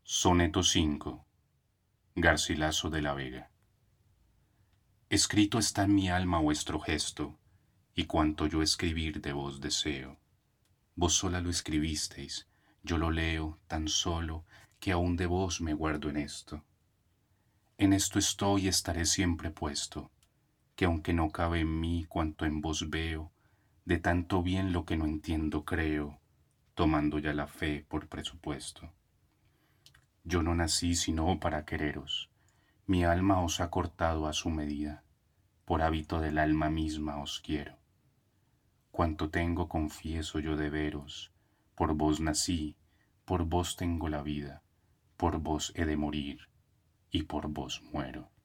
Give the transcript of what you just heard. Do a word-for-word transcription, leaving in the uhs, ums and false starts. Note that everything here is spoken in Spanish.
Soneto cinco. Garcilaso de la Vega. Escrito está en mi alma vuestro gesto, y cuanto yo escribir de vos deseo. Vos sola lo escribisteis, yo lo leo tan solo que aún de vos me guardo en esto. En esto estoy y estaré siempre puesto, que aunque no cabe en mí cuanto en vos veo, de tanto bien lo que no entiendo creo, tomando ya la fe por presupuesto. Yo no nací sino para quereros, mi alma os ha cortado a su medida, por hábito del alma misma os quiero. Cuanto tengo confieso yo de veros, por vos nací, por vos tengo la vida, por vos he de morir, y por vos muero.